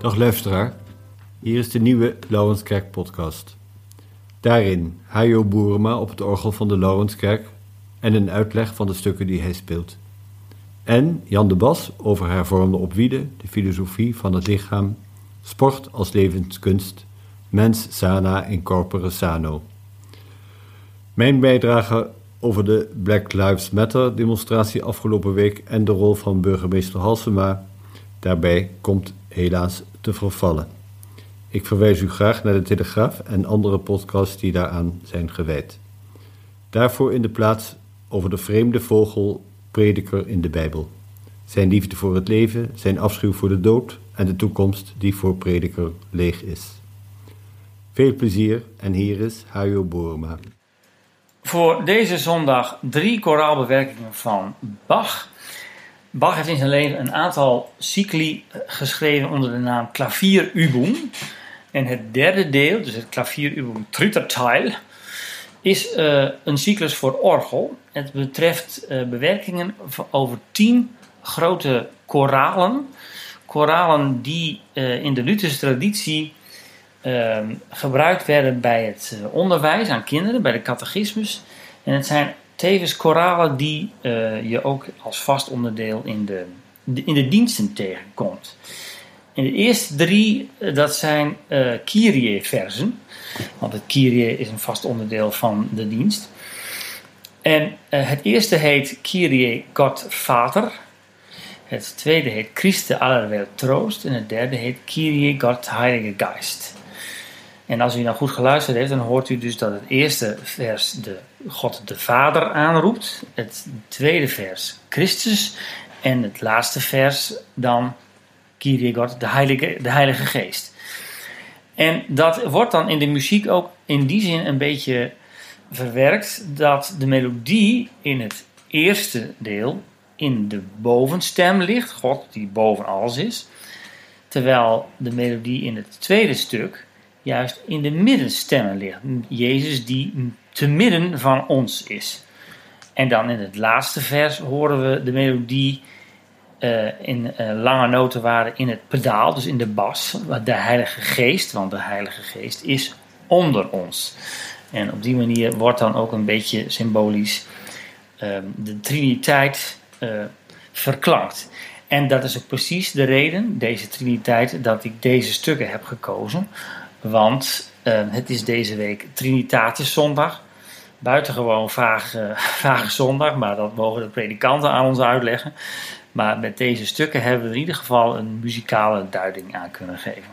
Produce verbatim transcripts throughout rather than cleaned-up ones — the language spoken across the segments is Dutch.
Dag luisteraar, hier is de nieuwe Laurenskerk podcast. Daarin Hajo Boerema op het orgel van de Laurenskerk en een uitleg van de stukken die hij speelt. En Jan de Bas over hervormde opwieden, de filosofie van het lichaam, sport als levenskunst, mens sana in corpore sano. Mijn bijdrage over de Black Lives Matter demonstratie afgelopen week en de rol van burgemeester Halsema daarbij komt helaas te vervallen. Ik verwijs u graag naar de Telegraaf en andere podcasts die daaraan zijn gewijd. Daarvoor in de plaats over de vreemde vogel prediker in de Bijbel. Zijn liefde voor het leven, zijn afschuw voor de dood en de toekomst die voor prediker leeg is. Veel plezier en hier is Hajo Boerema. Voor deze zondag drie koraalbewerkingen van Bach. Bach heeft in zijn leven een aantal cycli geschreven onder de naam Klavierübung. En het derde deel, dus het Klavierübung dritter Teil, is uh, een cyclus voor orgel. Het betreft uh, bewerkingen over tien grote koralen. Koralen die uh, in de Lutherse traditie uh, gebruikt werden bij het uh, onderwijs aan kinderen, bij de catechismus. En het zijn tevens koralen die uh, je ook als vast onderdeel in de, de, in de diensten tegenkomt. En de eerste drie, uh, dat zijn uh, Kyrie-versen. Want het Kyrie is een vast onderdeel van de dienst. En uh, het eerste heet Kyrie God Vater. Het tweede heet Christe aller Welt Troost. En het derde heet Kyrie God Heilige Geist. En als u nou goed geluisterd heeft, dan hoort u dus dat het eerste vers de God de Vader aanroept. Het tweede vers Christus. En het laatste vers dan Kyrie God, de Heilige, de Heilige Geest. En dat wordt dan in de muziek ook in die zin een beetje verwerkt, dat de melodie in het eerste deel in de bovenstem ligt, God die boven alles is, terwijl de melodie in het tweede stuk juist in de middenstemmen ligt, Jezus die te midden van ons is. En dan in het laatste vers horen we de melodie Uh, in uh, lange notenwaarde in het pedaal, dus in de bas, de Heilige Geest, want de Heilige Geest is onder ons. En op die manier wordt dan ook een beetje symbolisch uh, de Triniteit uh, verklankt. En dat is ook precies de reden, deze Triniteit, dat ik deze stukken heb gekozen. Want uh, het is deze week Trinitatis zondag. Buitengewoon vage, vage zondag, maar dat mogen de predikanten aan ons uitleggen. Maar met deze stukken hebben we in ieder geval een muzikale duiding aan kunnen geven.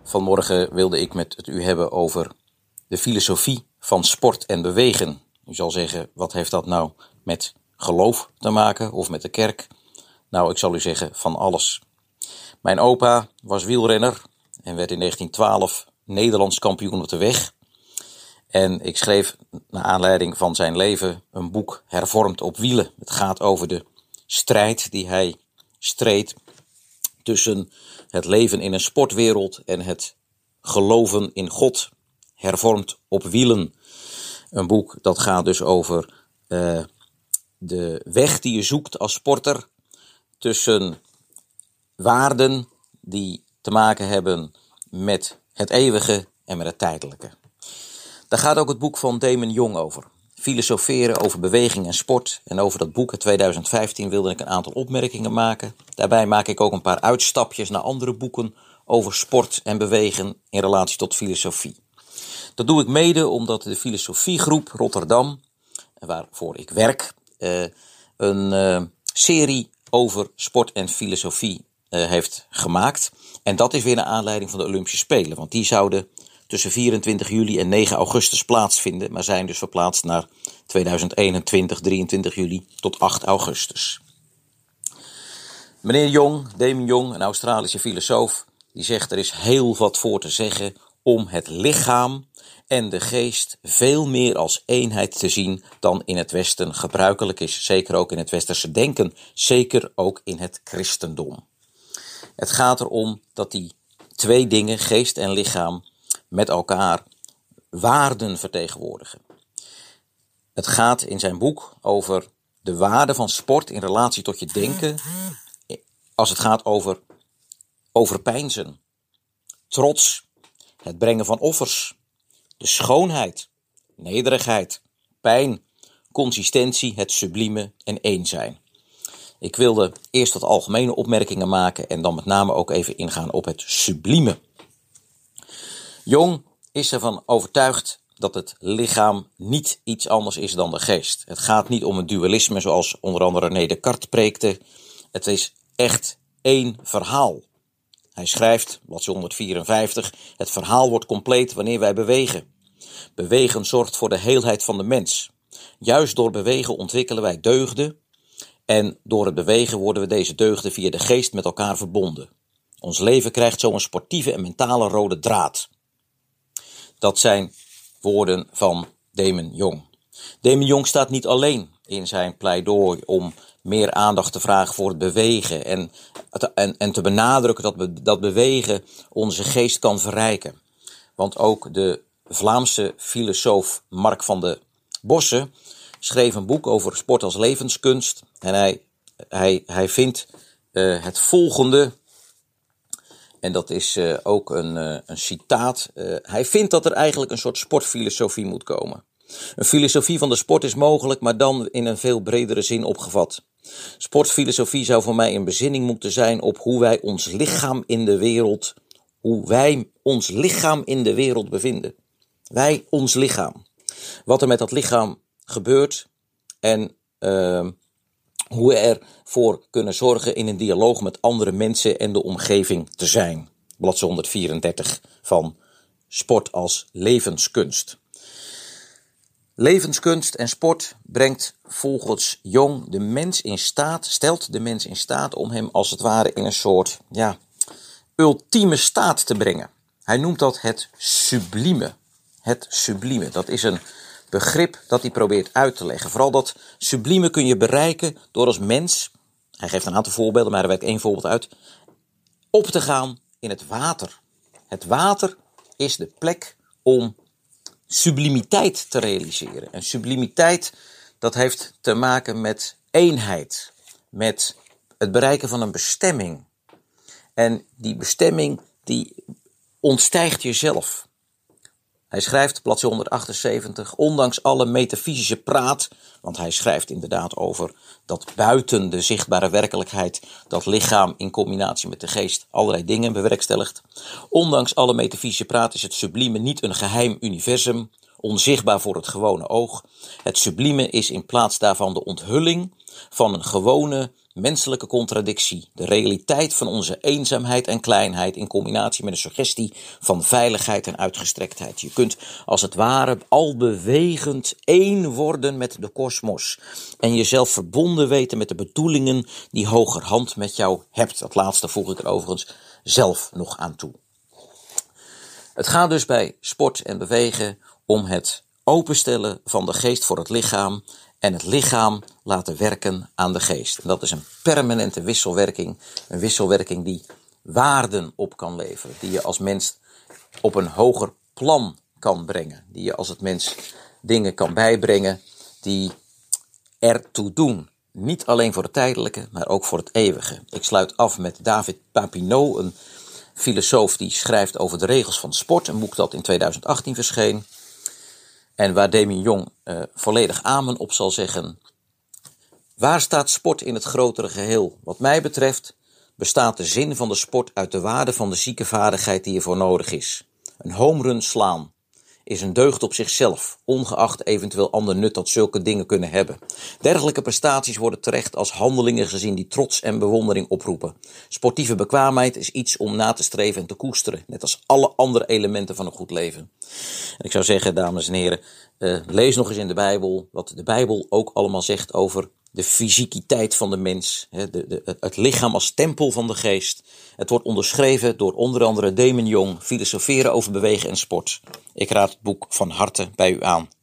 Vanmorgen wilde ik met het u hebben over de filosofie van sport en bewegen. U zal zeggen, wat heeft dat nou met geloof te maken of met de kerk? Nou, ik zal u zeggen, van alles. Mijn opa was wielrenner en werd in negentien twaalf Nederlands kampioen op de weg. En ik schreef naar aanleiding van zijn leven een boek Hervormd op wielen. Het gaat over de strijd die hij streed tussen het leven in een sportwereld en het geloven in God. Hervormd op wielen. Een boek dat gaat dus over uh, de weg die je zoekt als sporter tussen waarden die te maken hebben met het eeuwige en met het tijdelijke. Daar gaat ook het boek van Damon Young over. Filosoferen over beweging en sport. En over dat boek in tweeduizend vijftien wilde ik een aantal opmerkingen maken. Daarbij maak ik ook een paar uitstapjes naar andere boeken over sport en bewegen in relatie tot filosofie. Dat doe ik mede omdat de filosofiegroep Rotterdam, waarvoor ik werk, uh, een uh, serie over sport en filosofie uh, heeft gemaakt. En dat is weer naar aanleiding van de Olympische Spelen. Want die zouden tussen vierentwintig juli en negen augustus plaatsvinden, maar zijn dus verplaatst naar tweeduizend eenentwintig, drieëntwintig juli tot acht augustus. Meneer Young, Damon Young, een Australische filosoof, die zegt er is heel wat voor te zeggen om het lichaam en de geest veel meer als eenheid te zien dan in het Westen gebruikelijk is. Zeker ook in het westerse denken, zeker ook in het christendom. Het gaat erom dat die twee dingen, geest en lichaam, met elkaar waarden vertegenwoordigen. Het gaat in zijn boek over de waarde van sport in relatie tot je denken, als het gaat over overpeinzen, trots, het brengen van offers, de schoonheid, nederigheid, pijn, consistentie, het sublieme en één zijn. Ik wilde eerst wat algemene opmerkingen maken en dan met name ook even ingaan op het sublieme. Jong is ervan overtuigd dat het lichaam niet iets anders is dan de geest. Het gaat niet om een dualisme zoals onder andere René Descartes preekte. Het is echt één verhaal. Hij schrijft, bladzijde honderdvierenvijftig, het verhaal wordt compleet wanneer wij bewegen. Bewegen zorgt voor de heelheid van de mens. Juist door bewegen ontwikkelen wij deugden en door het bewegen worden we deze deugden via de geest met elkaar verbonden. Ons leven krijgt zo een sportieve en mentale rode draad. Dat zijn woorden van Damon Young. Damon Young staat niet alleen in zijn pleidooi om meer aandacht te vragen voor het bewegen en, en, en te benadrukken dat, be, dat bewegen onze geest kan verrijken. Want ook de Vlaamse filosoof Mark van de Bossen schreef een boek over sport als levenskunst. En hij, hij, hij vindt uh, het volgende, en dat is uh, ook een, uh, een citaat. Uh, hij vindt dat er eigenlijk een soort sportfilosofie moet komen. Een filosofie van de sport is mogelijk, maar dan in een veel bredere zin opgevat. Sportfilosofie zou voor mij een bezinning moeten zijn op hoe wij ons lichaam in de wereld, hoe wij ons lichaam in de wereld bevinden. Wij, ons lichaam. Wat er met dat lichaam gebeurt en uh, hoe we ervoor kunnen zorgen in een dialoog met andere mensen en de omgeving te zijn. Bladzijde honderdvierendertig van Sport als levenskunst. Levenskunst en sport brengt volgens Jong de mens in staat, stelt de mens in staat om hem als het ware in een soort ja, ultieme staat te brengen. Hij noemt dat het sublieme. Het sublieme, dat is een begrip dat hij probeert uit te leggen. Vooral dat sublieme kun je bereiken door als mens, hij geeft een aantal voorbeelden, maar er werkt één voorbeeld uit, op te gaan in het water. Het water is de plek om sublimiteit te realiseren. En sublimiteit, dat heeft te maken met eenheid, met het bereiken van een bestemming. En die bestemming, die ontstijgt jezelf. Hij schrijft, bladzijde honderdachtenzeventig, ondanks alle metafysische praat, want hij schrijft inderdaad over dat buiten de zichtbare werkelijkheid dat lichaam in combinatie met de geest allerlei dingen bewerkstelligt. Ondanks alle metafysische praat is het sublieme niet een geheim universum, onzichtbaar voor het gewone oog. Het sublieme is in plaats daarvan de onthulling van een gewone menselijke contradictie, de realiteit van onze eenzaamheid en kleinheid in combinatie met een suggestie van veiligheid en uitgestrektheid. Je kunt als het ware al bewegend één worden met de kosmos en jezelf verbonden weten met de bedoelingen die hogerhand met jou hebt. Dat laatste voeg ik er overigens zelf nog aan toe. Het gaat dus bij sport en bewegen om het openstellen van de geest voor het lichaam en het lichaam laten werken aan de geest. En dat is een permanente wisselwerking, een wisselwerking die waarden op kan leveren, die je als mens op een hoger plan kan brengen, die je als het mens dingen kan bijbrengen die ertoe doen. Niet alleen voor het tijdelijke, maar ook voor het eeuwige. Ik sluit af met David Papineau, een filosoof die schrijft over de regels van sport, een boek dat in tweeduizend achttien verscheen. En waar Damien Jong uh, volledig amen op zal zeggen. Waar staat sport in het grotere geheel? Wat mij betreft bestaat de zin van de sport uit de waarde van de ziekenvaardigheid die ervoor nodig is. Een homerun slaan is een deugd op zichzelf, ongeacht eventueel ander nut dat zulke dingen kunnen hebben. Dergelijke prestaties worden terecht als handelingen gezien die trots en bewondering oproepen. Sportieve bekwaamheid is iets om na te streven en te koesteren, net als alle andere elementen van een goed leven. En ik zou zeggen, dames en heren, uh, lees nog eens in de Bijbel wat de Bijbel ook allemaal zegt over de fysiekiteit van de mens, de, de, het lichaam als tempel van de geest. Het wordt onderschreven door onder andere Damien Jong, Filosoferen over bewegen en sport. Ik raad het boek van harte bij u aan.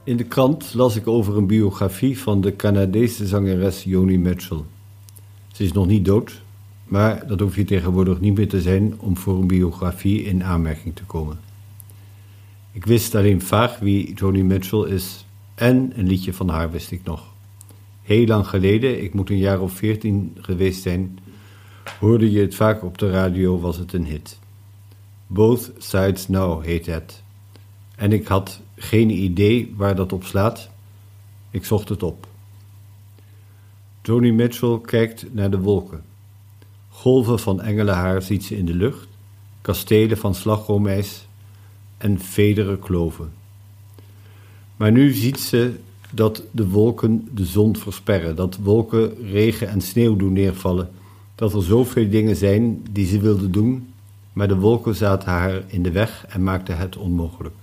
In de krant las ik over een biografie van de Canadese zangeres Joni Mitchell. Ze is nog niet dood, maar dat hoef je tegenwoordig niet meer te zijn om voor een biografie in aanmerking te komen. Ik wist alleen vaag wie Joni Mitchell is en een liedje van haar wist ik nog. Heel lang geleden, ik moet een jaar of veertien geweest zijn, hoorde je het vaak op de radio, was het een hit. Both Sides Now heet het. En ik had geen idee waar dat op slaat. Ik zocht het op. Joni Mitchell kijkt naar de wolken. Golven van engelenhaar ziet ze in de lucht, kastelen van slagroomijs en vederen kloven. Maar nu ziet ze dat de wolken de zon versperren, dat wolken regen en sneeuw doen neervallen, dat er zoveel dingen zijn die ze wilde doen, maar de wolken zaten haar in de weg en maakten het onmogelijk.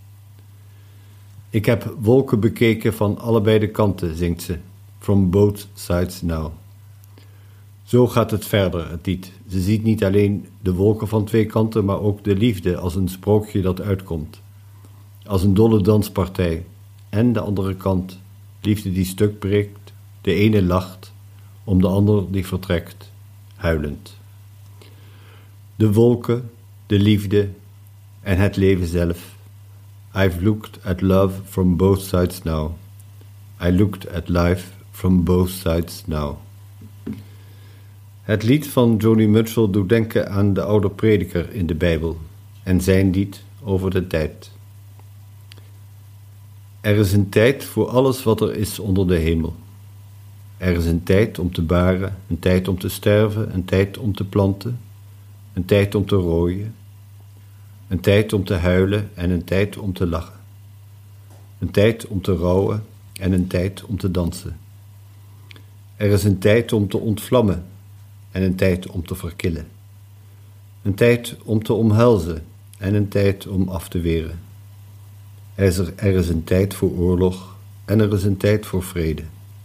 Ik heb wolken bekeken van allebei de kanten, zingt ze. From both sides now. Zo gaat het verder, het lied. Ze ziet niet alleen de wolken van twee kanten, maar ook de liefde als een sprookje dat uitkomt. Als een dolle danspartij. En de andere kant, liefde die stuk breekt, de ene lacht, om de ander die vertrekt, huilend. De wolken, de liefde en het leven zelf. I've looked at love from both sides now. I looked at life from both sides now. Het lied van Joni Mitchell doet denken aan de oude prediker in de Bijbel en zijn lied over de tijd. Er is een tijd voor alles wat er is onder de hemel. Er is een tijd om te baren, een tijd om te sterven, een tijd om te planten, een tijd om te rooien, een tijd om te huilen en een tijd om te lachen. Een tijd om te rouwen en een tijd om te dansen. Er is een tijd om te ontvlammen en een tijd om te verkillen. Een tijd om te omhelzen en een tijd om af te weren. Er is, er, er is een tijd voor oorlog en er is een tijd voor vrede.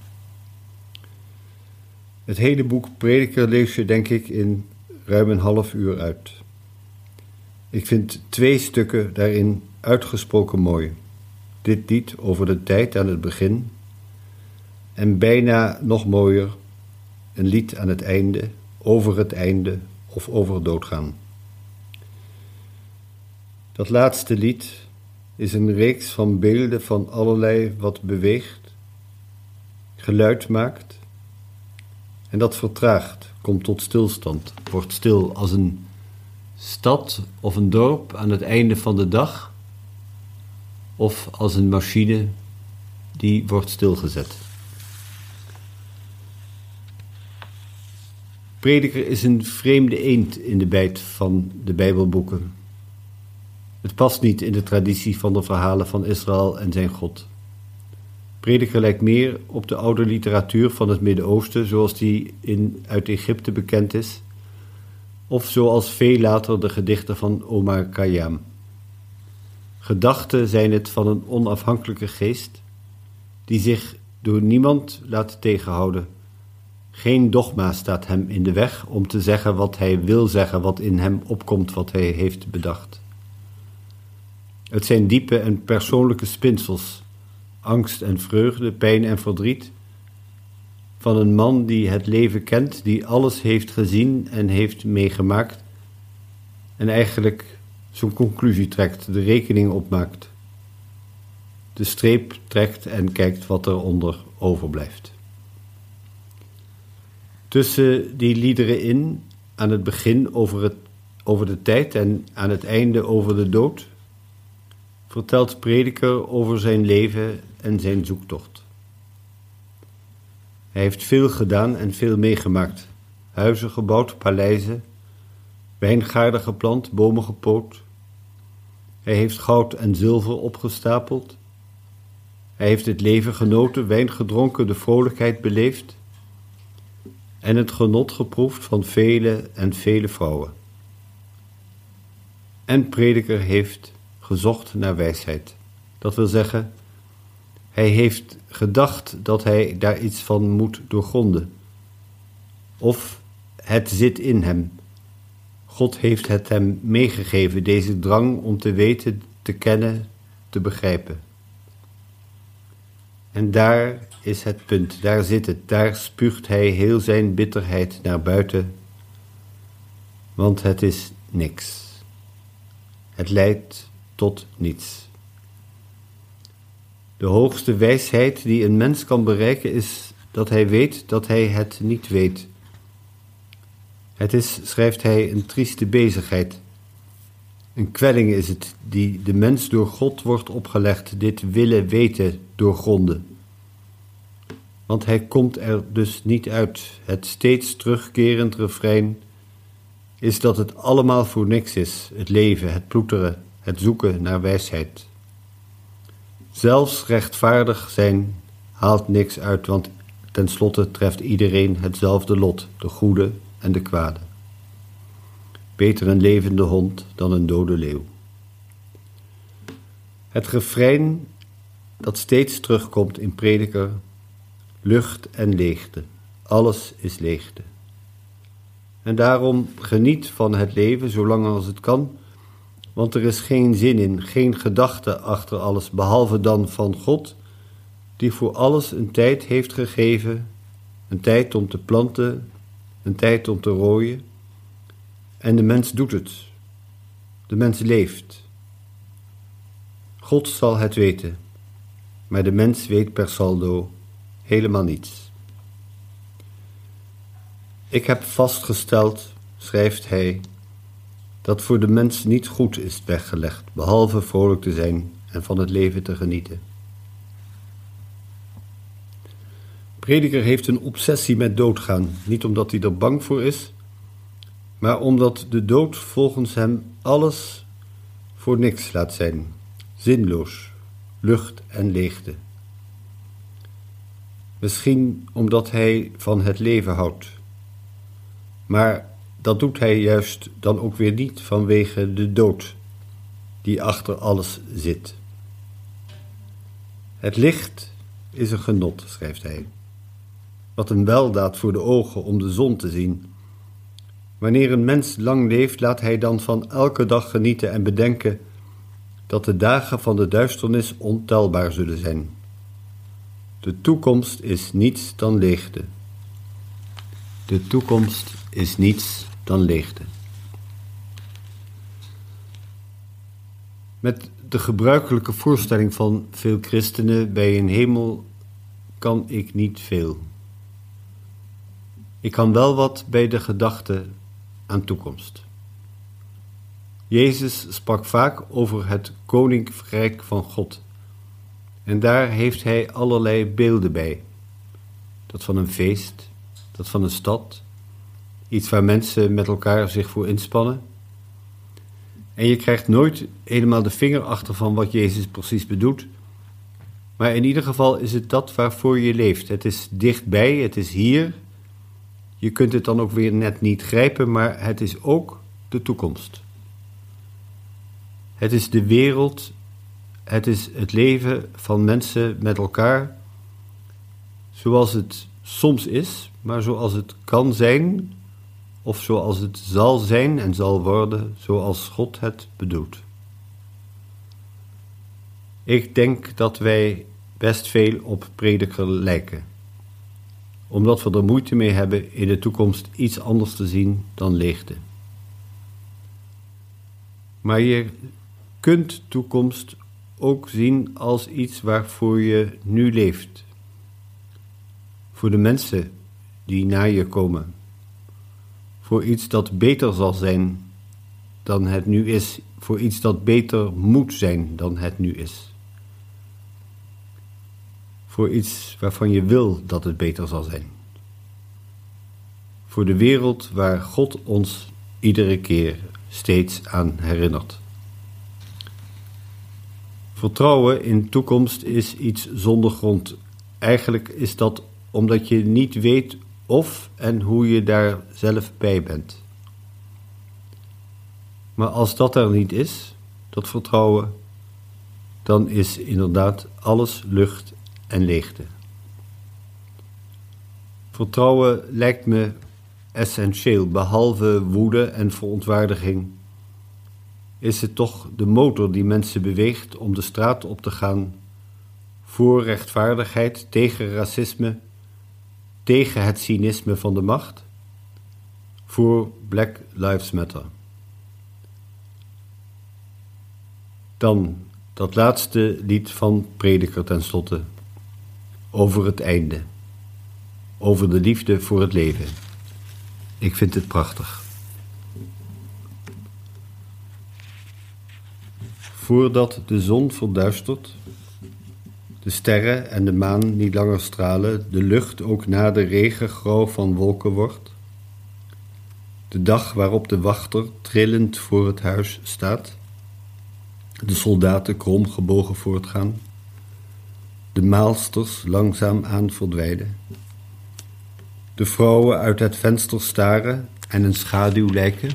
Het hele boek Prediker lees je denk ik in ruim een half uur uit. Ik vind twee stukken daarin uitgesproken mooi. Dit lied over de tijd aan het begin en bijna nog mooier een lied aan het einde, over het einde of over doodgaan. Dat laatste lied is een reeks van beelden van allerlei wat beweegt, geluid maakt en dat vertraagt, komt tot stilstand, wordt stil als een stad of een dorp aan het einde van de dag of als een machine die wordt stilgezet. Prediker is een vreemde eend in de bijt van de Bijbelboeken. Het past niet in de traditie van de verhalen van Israël en zijn God. Prediker lijkt meer op de oude literatuur van het Midden-Oosten, zoals die in, uit Egypte bekend is, of zoals veel later de gedichten van Omar Khayyam. Gedachten zijn het van een onafhankelijke geest, die zich door niemand laat tegenhouden. Geen dogma staat hem in de weg om te zeggen wat hij wil zeggen, wat in hem opkomt, wat hij heeft bedacht. Het zijn diepe en persoonlijke spinsels, angst en vreugde, pijn en verdriet, van een man die het leven kent, die alles heeft gezien en heeft meegemaakt en eigenlijk zijn conclusie trekt, de rekening opmaakt, de streep trekt en kijkt wat er onder overblijft. Tussen die liederen in, aan het begin over, het, over de tijd en aan het einde over de dood, vertelt Prediker over zijn leven en zijn zoektocht. Hij heeft veel gedaan en veel meegemaakt. Huizen gebouwd, paleizen, wijngaarden geplant, bomen gepoot. Hij heeft goud en zilver opgestapeld. Hij heeft het leven genoten, wijn gedronken, de vrolijkheid beleefd en het genot geproefd van vele en vele vrouwen. En Prediker heeft gezocht naar wijsheid. Dat wil zeggen, hij heeft gedacht dat hij daar iets van moet doorgronden. Of het zit in hem. God heeft het hem meegegeven, deze drang om te weten, te kennen, te begrijpen. En daar is het punt, daar zit het, daar spuugt hij heel zijn bitterheid naar buiten, want het is niks. Het leidt tot niets. De hoogste wijsheid die een mens kan bereiken is dat hij weet dat hij het niet weet. Het is, schrijft hij, een trieste bezigheid. Een kwelling is het die de mens door God wordt opgelegd, dit willen weten doorgronden. Want hij komt er dus niet uit. Het steeds terugkerend refrein is dat het allemaal voor niks is, het leven, het ploeteren, het zoeken naar wijsheid. Zelfs rechtvaardig zijn haalt niks uit, want tenslotte treft iedereen hetzelfde lot, de goede en de kwade. Beter een levende hond dan een dode leeuw. Het refrein dat steeds terugkomt in Prediker, lucht en leegte, alles is leegte. En daarom geniet van het leven zolang als het kan, want er is geen zin in, geen gedachte achter alles, behalve dan van God, die voor alles een tijd heeft gegeven, een tijd om te planten, een tijd om te rooien. En de mens doet het. De mens leeft. God zal het weten, maar de mens weet per saldo helemaal niets. Ik heb vastgesteld, schrijft hij, dat voor de mens niet goed is weggelegd, behalve vrolijk te zijn en van het leven te genieten. Prediker heeft een obsessie met doodgaan, niet omdat hij er bang voor is, maar omdat de dood volgens hem alles voor niks laat zijn, zinloos, lucht en leegte. Misschien omdat hij van het leven houdt, maar dat doet hij juist dan ook weer niet vanwege de dood die achter alles zit. Het licht is een genot, schrijft hij. Wat een weldaad voor de ogen om de zon te zien. Wanneer een mens lang leeft, laat hij dan van elke dag genieten en bedenken dat de dagen van de duisternis ontelbaar zullen zijn. De toekomst is niets dan leegte. De toekomst is niets dan leegte. Met de gebruikelijke voorstelling van veel christenen bij een hemel kan ik niet veel. Ik kan wel wat bij de gedachte aan toekomst. Jezus sprak vaak over het koninkrijk van God. En daar heeft hij allerlei beelden bij. Dat van een feest, dat van een stad, iets waar mensen met elkaar zich voor inspannen. En je krijgt nooit helemaal de vinger achter van wat Jezus precies bedoelt. Maar in ieder geval is het dat waarvoor je leeft. Het is dichtbij, het is hier. Je kunt het dan ook weer net niet grijpen, maar het is ook de toekomst. Het is de wereld, het is het leven van mensen met elkaar, zoals het soms is, maar zoals het kan zijn, of zoals het zal zijn en zal worden, zoals God het bedoelt. Ik denk dat wij best veel op Prediker lijken, omdat we er moeite mee hebben in de toekomst iets anders te zien dan leegte. Maar je kunt toekomst ook zien als iets waarvoor je nu leeft. Voor de mensen die na je komen. Voor iets dat beter zal zijn dan het nu is. Voor iets dat beter moet zijn dan het nu is. Voor iets waarvan je wil dat het beter zal zijn. Voor de wereld waar God ons iedere keer steeds aan herinnert. Vertrouwen in toekomst is iets zonder grond. Eigenlijk is dat omdat je niet weet of en hoe je daar zelf bij bent. Maar als dat er niet is, dat vertrouwen, dan is inderdaad alles lucht en leegte. Vertrouwen lijkt me essentieel, behalve woede en verontwaardiging, is het toch de motor die mensen beweegt om de straat op te gaan Voor rechtvaardigheid, tegen racisme, tegen het cynisme van de macht, voor Black Lives Matter. Dan dat laatste lied van Prediker tenslotte, over het einde, over de liefde voor het leven. Ik vind het prachtig. Voordat de zon verduistert, de sterren en de maan niet langer stralen, de lucht ook na de regen grauw van wolken wordt, de dag waarop de wachter trillend voor het huis staat, de soldaten krom gebogen voortgaan, de maalsters langzaam aan verdwijnen, de vrouwen uit het venster staren en een schaduw lijken.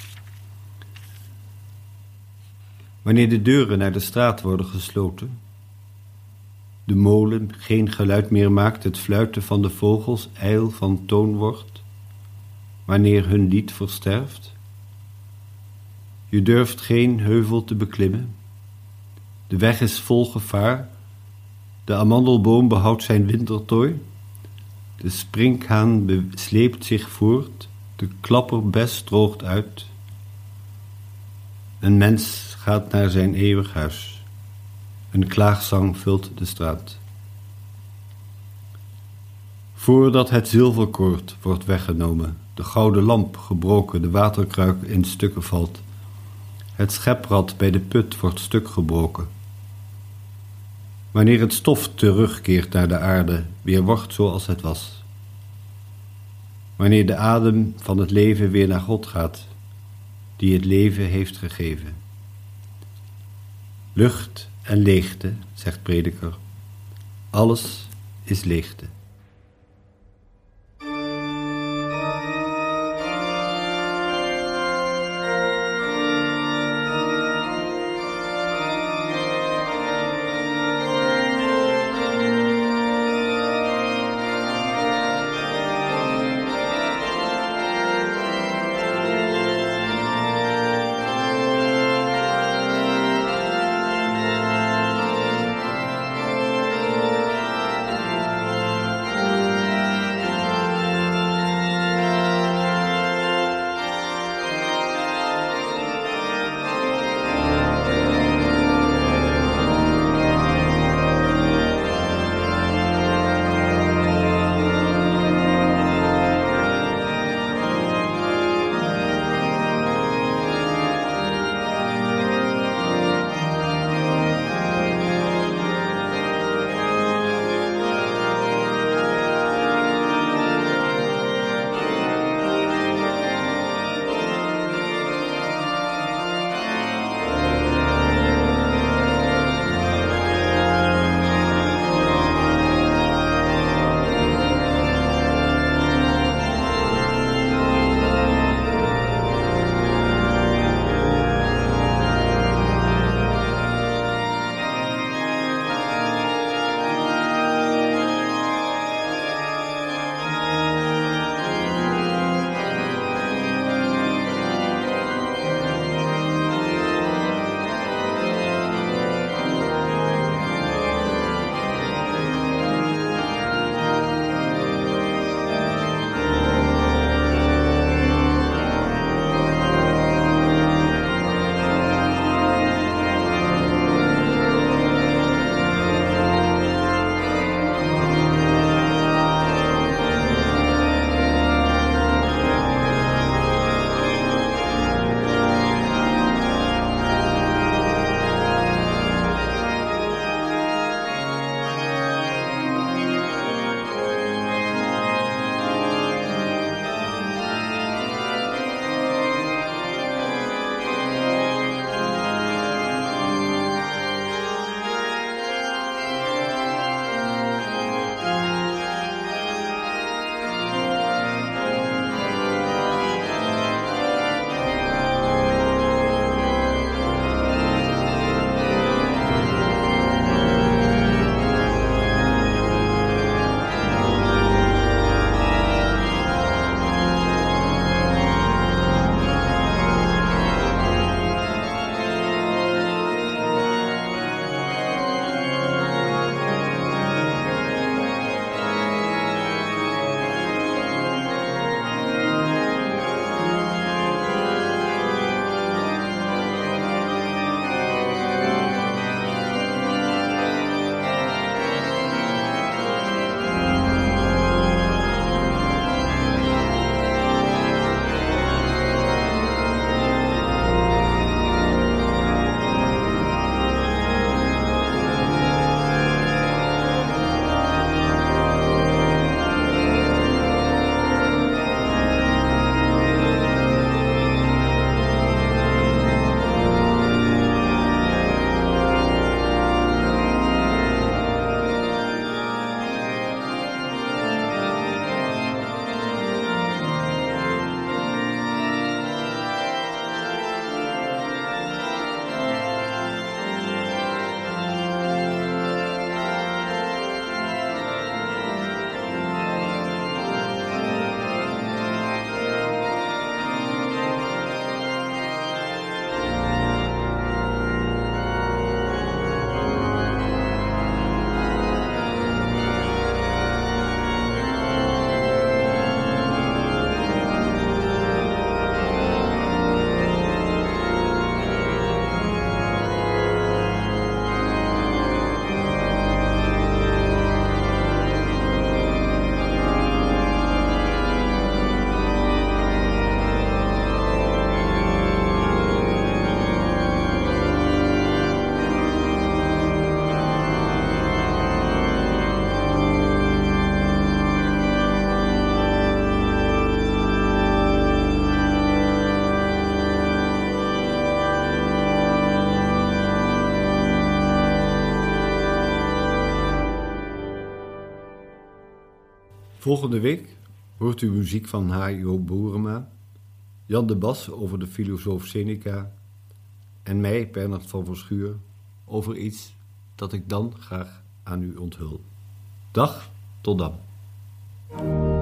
Wanneer de deuren naar de straat worden gesloten, de molen geen geluid meer maakt, het fluiten van de vogels ijl van toon wordt, wanneer hun lied versterft. Je durft geen heuvel te beklimmen, de weg is vol gevaar, de amandelboom behoudt zijn wintertooi, de sprinkhaan sleept zich voort, de klapperbes droogt uit. Een mens gaat naar zijn eeuwig huis. Een klaagzang vult de straat. Voordat het zilverkoord wordt weggenomen, de gouden lamp gebroken, de waterkruik in stukken valt, het scheprad bij de put wordt stuk gebroken. Wanneer het stof terugkeert naar de aarde, weer wordt zoals het was. Wanneer de adem van het leven weer naar God gaat, die het leven heeft gegeven. Lucht en leegte, zegt Prediker. Alles is leegte. Volgende week hoort u muziek van H J Boerema, Jan de Bas over de filosoof Seneca en mij, Bernard van Verschuur, over iets dat ik dan graag aan u onthul. Dag, tot dan.